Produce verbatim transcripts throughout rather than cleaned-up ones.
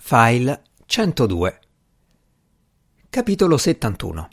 File centodue. Capitolo settantuno.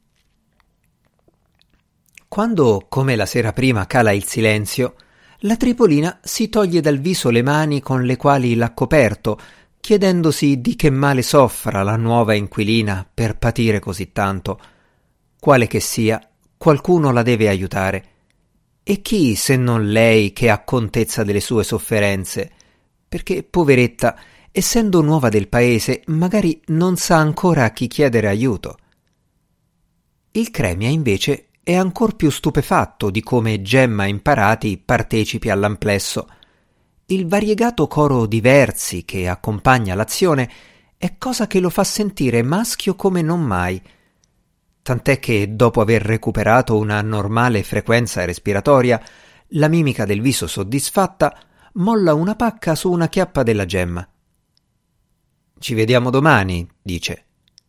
Quando, come la sera prima, cala il silenzio, la Tripolina si toglie dal viso le mani con le quali l'ha coperto, chiedendosi di che male soffra la nuova inquilina per patire così tanto. Quale che sia, qualcuno la deve aiutare. E chi, se non lei, che ha contezza delle sue sofferenze? Perché, poveretta, essendo nuova del paese, magari non sa ancora a chi chiedere aiuto. Il Cremia, invece, è ancor più stupefatto di come Gemma Imparati partecipi all'amplesso. Il variegato coro di versi che accompagna l'azione è cosa che lo fa sentire maschio come non mai, tant'è che, dopo aver recuperato una normale frequenza respiratoria, la mimica del viso soddisfatta molla una pacca su una chiappa della Gemma. «Ci vediamo domani», dice.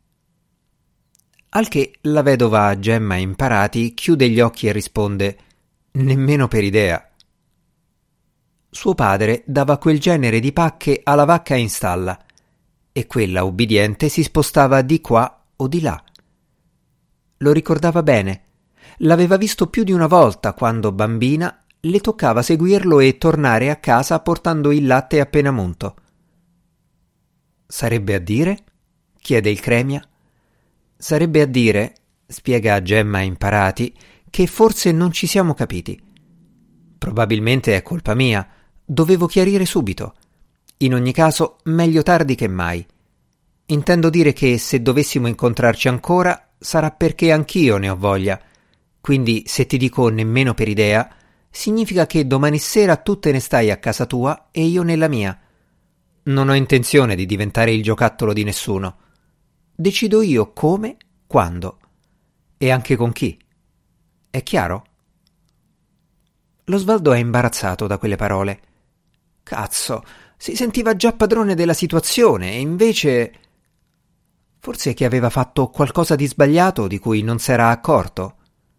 Al che la vedova Gemma Imparati chiude gli occhi e risponde: «Nemmeno per idea». Suo padre dava quel genere di pacche alla vacca in stalla e quella, ubbidiente, si spostava di qua o di là. Lo ricordava bene. L'aveva visto più di una volta quando, bambina, le toccava seguirlo e tornare a casa portando il latte appena munto. «Sarebbe a dire?» chiede il Cremia. «Sarebbe a dire», spiega Gemma Imparati, «che forse non ci siamo capiti. Probabilmente è colpa mia. Dovevo chiarire subito. In ogni caso, meglio tardi che mai. Intendo dire che se dovessimo incontrarci ancora sarà perché anch'io ne ho voglia. Quindi, se ti dico nemmeno per idea, significa che domani sera tu te ne stai a casa tua e io nella mia. Non ho intenzione di diventare il giocattolo di nessuno. Decido io come, quando e anche con chi. È chiaro?» Lo Svaldo è imbarazzato da quelle parole. Cazzo, si sentiva già padrone della situazione e invece... Forse che aveva fatto qualcosa di sbagliato di cui non s'era accorto?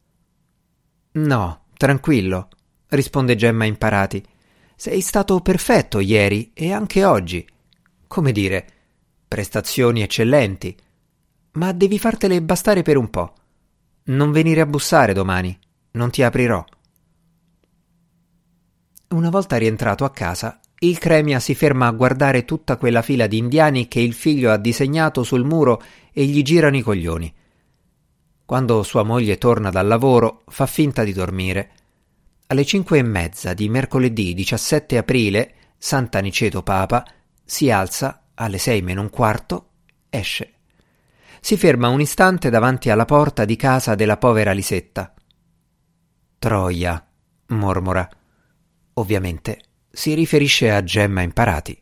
«No, tranquillo», risponde Gemma Imparati. «Sei stato perfetto ieri e anche oggi. Come dire, prestazioni eccellenti. Ma devi fartele bastare per un po'. Non venire a bussare domani, non ti aprirò». Una volta rientrato a casa, il Cremia si ferma a guardare tutta quella fila di indiani che il figlio ha disegnato sul muro e gli girano i coglioni. Quando sua moglie torna dal lavoro, fa finta di dormire. Alle cinque e mezza di mercoledì diciassette aprile, Sant'Aniceto Papa, si alza, alle sei meno un quarto, esce. Si ferma un istante davanti alla porta di casa della povera Lisetta. «Troia», mormora. Ovviamente si riferisce a Gemma Imparati.